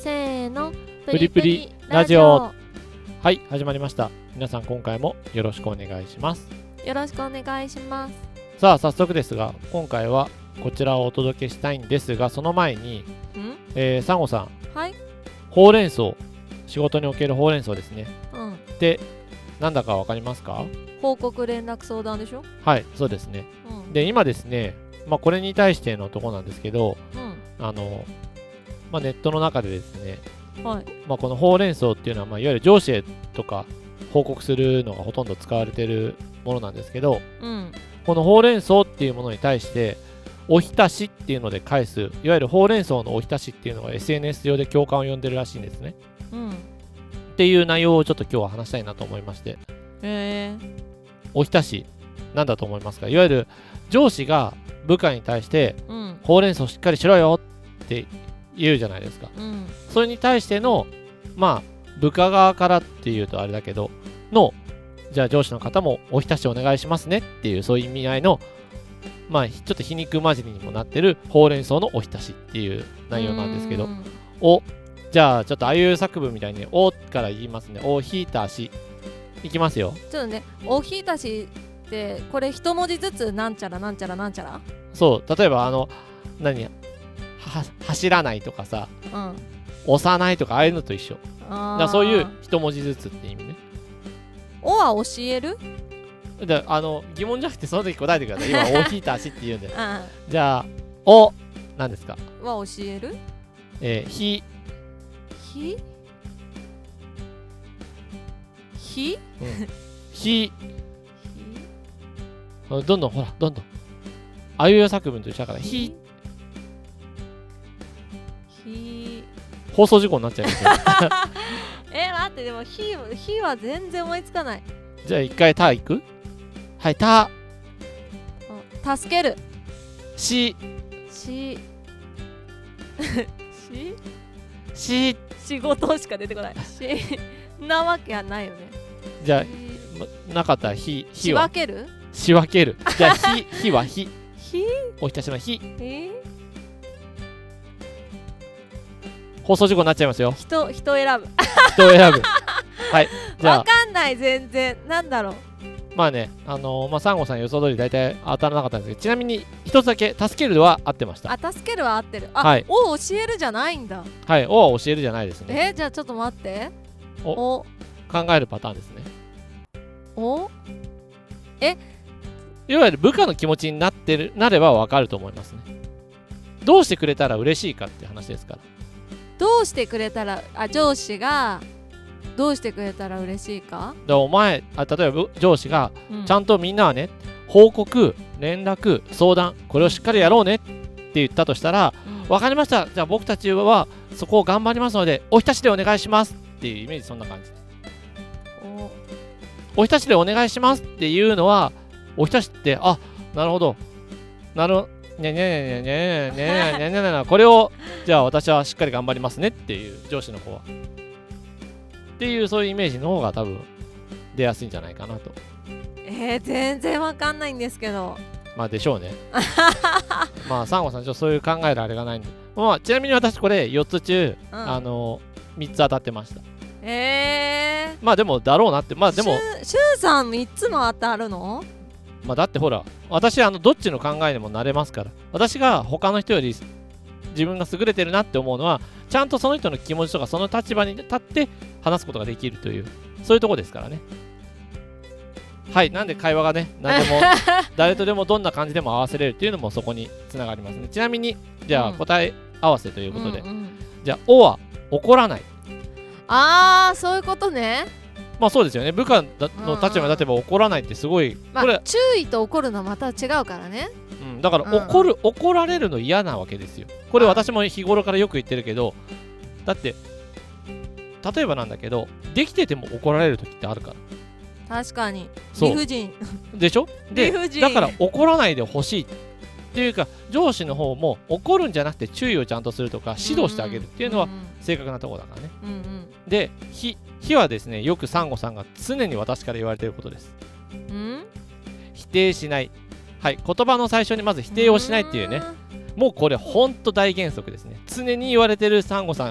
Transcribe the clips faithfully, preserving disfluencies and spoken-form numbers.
せーの、 プリプリラジオ。はい、始まりました。皆さん今回もよろしくお願いします。 よろしくお願いします。 さあ早速ですが、今回はこちらをお届けしたいんですが、その前にん、 えー、サンゴさん、 はい、 ほうれん草、仕事におけるほうれん草ですね。 うん、 で、なんだかわかりますか？ 報告連絡相談でしょ。 はい、そうですね。 うん、 で、今ですね、まあこれに対してのとこなんですけど、 うん、 あの、まあ、ネットの中でですね、 はい、 まあ、このほうれん草っていうのは、まあ、いわゆる上司へとか報告するのがほとんど使われているものなんですけど、 うん、 このほうれん草っていうものに対しておひたしっていうので返す、いわゆるほうれん草のおひたしっていうのが エスエヌエス 上で共感を呼んでるらしいんですね。 うん、 っていう内容をちょっと今日は話したいなと思いまして。 へー、 おひたしなんだと思いますか？いわゆる上司が部下に対してうん、 ほうれん草しっかりしろよって言うじゃないですか。 うん、 それに対してのまあ部下側からっていうとあれだけどの、じゃあ上司の方もおひたしお願いしますねっていう、そういう意味合いの、まあちょっと皮肉交じりにもなってるほうれん草のおひたしっていう内容なんですけど、お、じゃあちょっとあいう作文みたいにおから言いますね。おひたしいきますよ。 ちょっとね、おひたしってこれ一文字ずつなんちゃらなんちゃらなんちゃら。 そう、例えばあの何は走らないとかさ、 うん、 押さないとかああいうのと一緒だあから、そういう一文字ずつって意味ね。 おは教える。 で、あの疑問じゃなくてその時答えてください。今おひたしって言うんでうん、 じゃあお何ですか？ は教える。 えー、ひひひ、 うん、ひどんどんほらどんどんあいうえお作文と一緒だからひひ放送事故になっちゃいますよえ、待って、でもひひは全然思いつかない。 じゃあ一回たいく。はいた助ける。 しししし仕事しか出てこない。しなわけはないよね。 じゃあまなかったらひひ仕は分ける。 仕分ける。じゃあひひはひひおひたしのひ。 え放送事故になっちゃいますよ。 人人選ぶ。 人を選ぶはいじゃあわかんない、全然。なんだろう。 まあね、あのー、まあサンゴさん予想通り大体当たらなかったんですけど、ちなみに一つだけ助けるは合ってました。 あ、助けるは合ってる。あ、 はい、 お教えるじゃないんだ。 はい、おは教えるじゃないですね。 え、じゃあちょっと待って。 おお考えるパターンですね。 おいわゆる部下の気持ちになってるなればわかると思いますね。どうしてくれたら嬉しいかって話ですから。 どうしてくれたら、あ、上司がどうしてくれたら嬉しいか。 でお前あ例えば上司が、 うん、 ちゃんとみんなはね報告連絡相談これをしっかりやろうねって言ったとしたら、うん、分かりました、じゃあ僕たちはそこを頑張りますのでおひたしでお願いしますっていうイメージ。そんな感じ。おおひたしでお願いしますっていうのは、おひたしってあなるほどなるにゃにゃにゃにゃにゃにゃにゃにゃにゃにゃにゃこれをじゃあ私はしっかり頑張りますねっていう上司の方はっていう、そういうイメージの方が多分出やすいんじゃないかなと。 えー、全然わかんないんですけど。 まあでしょうねまあサンゴさんちょっとそういう考えるあれがないんで、まあちなみに私これよっつ中、うん、あのみっつ当たってました。 えー、 まあでもだろうなって。まあでもシュウさんみっつも当たるの？ まあだってほら私あのどっちの考えでもなれますから。私が他の人より自分が優れてるなって思うのは、ちゃんとその人の気持ちとかその立場に立って話すことができるという、そういうところですからね。はい、なんで会話がね何でも誰とでもどんな感じでも合わせれるっていうのもそこにつながりますね。ちなみにじゃあ答え合わせということで、うんうんうん、じゃあおは怒らない。 あー、そういうことね。 まあそうですよね。部下の立場に立てば怒らないってすごい、 まあ、これ注意と怒るのはまた違うからね。 うん、だから怒る、うん、怒られるの嫌なわけですよ。これ私も日頃からよく言ってるけど、だって例えばなんだけどできてても怒られる時ってあるから。 確かに理不尽でしょ。でだから怒らないでほしいっていうか、上司の方も怒るんじゃなくて注意をちゃんとするとか指導してあげるっていうのは正確なところだからね。うんうん、でひひはですね、よくサンゴさんが常に私から言われていることです。ん否定しない。はい、言葉の最初にまず否定をしないっていうね、もうこれほんと大原則ですね。常に言われてるサンゴさん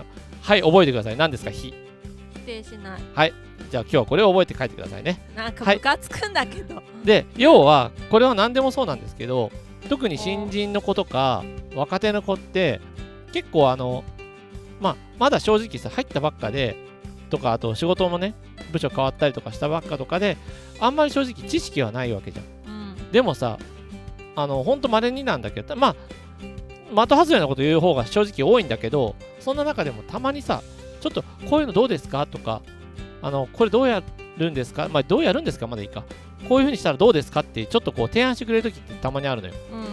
はい覚えてください。何ですか？非。 否定しない。 はいじゃあ今日はこれを覚えて書いてくださいね。 なんかはいムカつくんだけど、 で要はこれは何でもそうなんですけど、特に新人の子とか若手の子って結構あのまあまだ正直さ入ったばっかでとか、あと仕事もね部署変わったりとかしたばっかとかであんまり正直知識はないわけじゃん。 うん、 でもさあのほんと稀になんだけど、まあ的外れなこと言う方が正直多いんだけど、そんな中でもたまにさちょっとこういうのどうですかとか、あのこれどうやるんですか、まあどうやるんですかまだいいか、こういう風にしたらどうですかってちょっとこう提案してくれる時ってたまにあるのよ。 うんうん、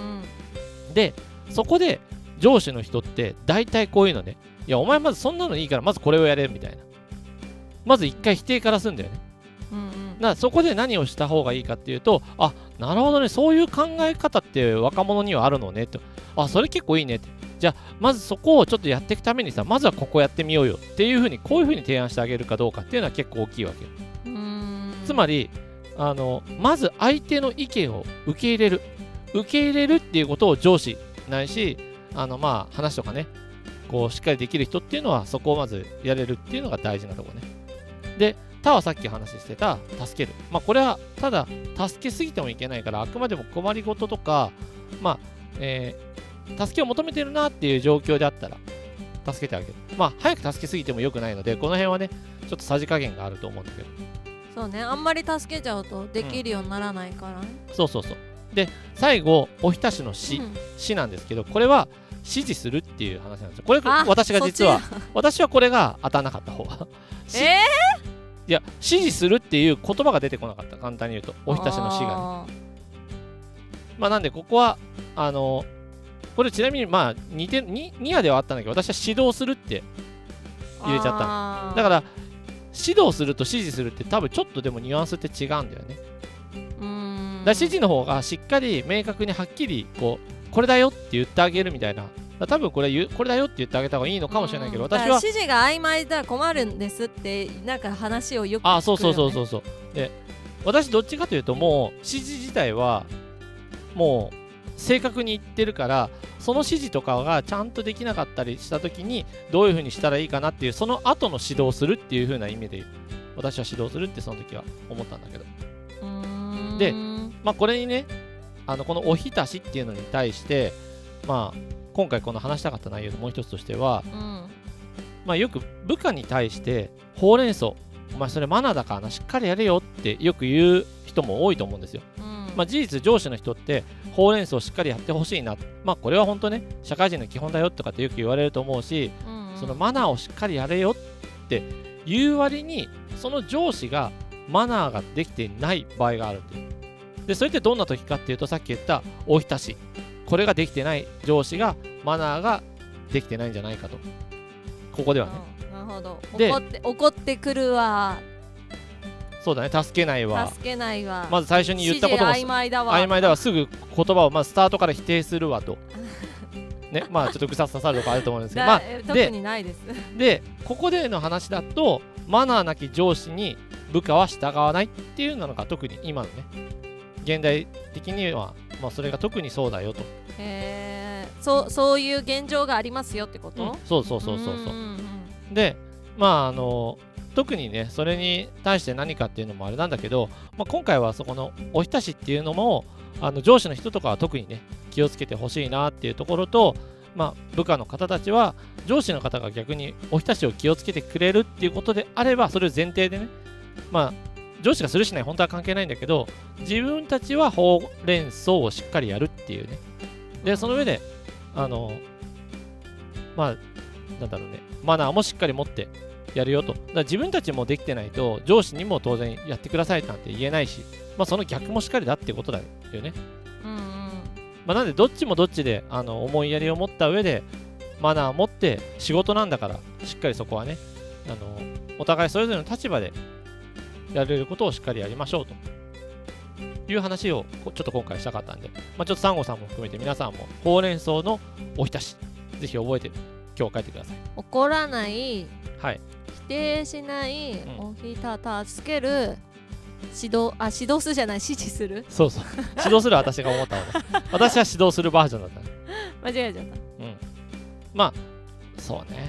でそこで上司の人って大体こういうのね、いやお前まずそんなのいいからまずこれをやれみたいな、まず一回否定からすんだよね。 うんうん、 だからそこで何をした方がいいかっていうと、あなるほどね、そういう考え方って若者にはあるのねと、あそれ結構いいねって、じゃあまずそこをちょっとやっていくためにさ、まずはここやってみようよっていう風に、こういう風に提案してあげるかどうかっていうのは結構大きいわけよ。 うーん、 つまりあのまず相手の意見を受け入れる受け入れるっていうことを上司ないし、あのまあ話とかねこうしっかりできる人っていうのはそこをまずやれるっていうのが大事なとこね。で他はさっき話してた助ける、まあこれはただ助けすぎてもいけないから、あくまでも困りごととか、まあ、えー、助けを求めてるなっていう状況であったら助けてあげる。まあ早く助けすぎても良くないので、この辺はねちょっとさじ加減があると思うんだけど、 そうね、あんまり助けちゃうとできるようにならないからね。 そうそうそう。で最後おひたしの死、 うん、 死なんですけど、これは指示するっていう話なんですよ。これあ私が実はそっち私はこれが当たんなかった方しえいや指示するっていう言葉が出てこなかった。簡単に言うとおひたしの死がね。 あまあなんでここはあのこれちなみにまあにてんに夜ではあったんだけど、私は指導するってー入れちゃったの。 あーだから指導すると指示するって多分ちょっとでもニュアンスって違うんだよね。 うーん、 だから指示の方がしっかり明確にはっきりこうこれだよって言ってあげるみたいな。だから多分これ言うこれだよって言ってあげた方がいいのかもしれないけど、 うんだか私はら指示が曖昧だら困るんですってなんか話をよく聞くよ、ね、 あそうそうそうそうそうで私どっちかというともう指示自体はもう正確に言ってるから、その指示とかがちゃんとできなかったりした時にどういう風にしたらいいかなっていう、その後の指導をするっていう風な意味で私は指導するってその時は思ったんだけど、 うーんでまあこれにねあのこのおひたしっていうのに対してまあ今回この話したかった内容のもう一つとしては、 うんまあよく部下に対してほうれん草、お前それマナーだからな、しっかりやれよってよく言う人も多いと思うんですよ。 うんまあ事実上司の人ってほうれん草をしっかりやってほしいな、まあこれは本当ね社会人の基本だよとかってよく言われると思うし、 うんうん、 そのマナーをしっかりやれよって言う割にその上司がマナーができていない場合があるんだよ。でそれってどんな時かっていうと、さっき言ったおひたし、これができてない上司がマナーができてないんじゃないかと、ここではね、 うんなるほど、 で怒って怒ってくるわ、 そうだね、助けないわ、 助けないわ、 まず最初に言ったことも指示曖昧だわ曖昧だわ、すぐ言葉をまずスタートから否定するわとね、まあちょっとぐさ刺さるとかあると思うんですけど、まあえで特にないですでここでの話だとマナーなき上司に部下は従わないっていうのが特に今のね現代的には、まあ、それが特にそうだよと、 へーそうそういう現状がありますよってこと、 うんそうそうそうそうそううんうんでまああの特にねそれに対して何かっていうのもあれなんだけど、まあ、今回はそこのおひたしっていうのもあの上司の人とかは特にね気をつけてほしいなっていうところと、まあ、部下の方たちは上司の方が逆におひたしを気をつけてくれるっていうことであれば、それを前提でね、まあ上司がするしない本当は関係ないんだけど、自分たちはほうれん草をしっかりやるっていうね。でその上であのまあなんだろうね、マナーもしっかり持ってやるよと。だから自分たちもできてないと上司にも当然やってくださいなんて言えないし、まあその逆もしっかりだってことだよね。 うんうんまあ、なんでどっちもどっちであの思いやりを持った上でマナーを持って仕事なんだからしっかりそこはねあのお互いそれぞれの立場でやれることをしっかりやりましょうという話をこちょっと今回したかったんで、まあ、ちょっとサンゴさんも含めて皆さんもほうれん草のおひたしぜひ覚えて今日書いてください。 怒らない、 はい否定しない、 うんおひた助ける、指導あ指導するじゃない指示するそうそう指導する私が思ったので私は指導するバージョンだったね。 間違えちゃった。 うんまあそうね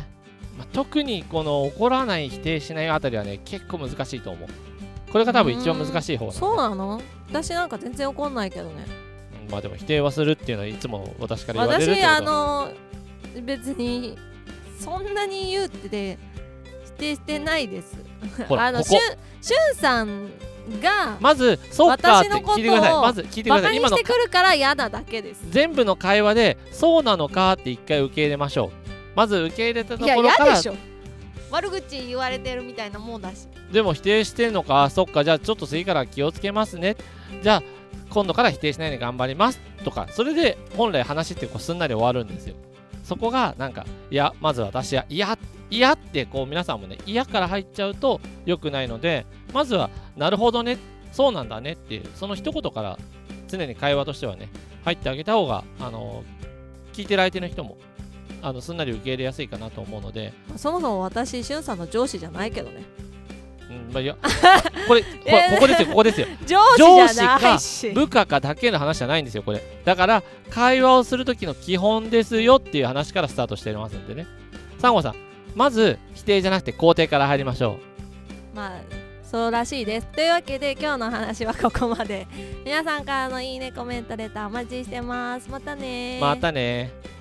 まあ、特にこの怒らない否定しないあたりはね結構難しいと思う。これが多分一番難しい方なんで。 そうなの？私なんか全然怒んないけどね。 まあでも否定はするっていうのはいつも私から言われるって私ことあの別にそんなに言うってで否定してないです。 ほらあのここしゅんさんがまずそうかって聞いてください。まず聞いてください。 バカに今のしてくるから嫌なだけです。 全部の会話でそうなのかって一回受け入れましょう。まず受け入れたといやころから嫌でしょ。悪口言われてるみたいなもんだし。 でも否定してんのか、そっか、じゃあちょっと次から気をつけますね、じゃあ今度から否定しないで頑張りますとか、それで本来話ってこうすんなり終わるんですよ。そこがなんか、いやまず私は嫌嫌ってこう皆さんもね嫌から入っちゃうと良くないので、まずはなるほどね、そうなんだねっていうその一言から常に会話としてはね入ってあげた方が、あの聞いてる相手の人もあのすんなり受け入れやすいかなと思うので。 そもそも私しゅんさんの上司じゃないけどね。 うんまあ、いやこれこれここですよここですよ上司じゃないし部下かだけの話じゃないんですよこれ。だから会話をする時の基本ですよっていう話からスタートしてますんでね。サンゴさん、まず否定じゃなくて肯定から入りましょう。まあそうらしいです。というわけで今日の話はここまで。皆さんからのいいねコメントレターお待ちしてます。またねまたね。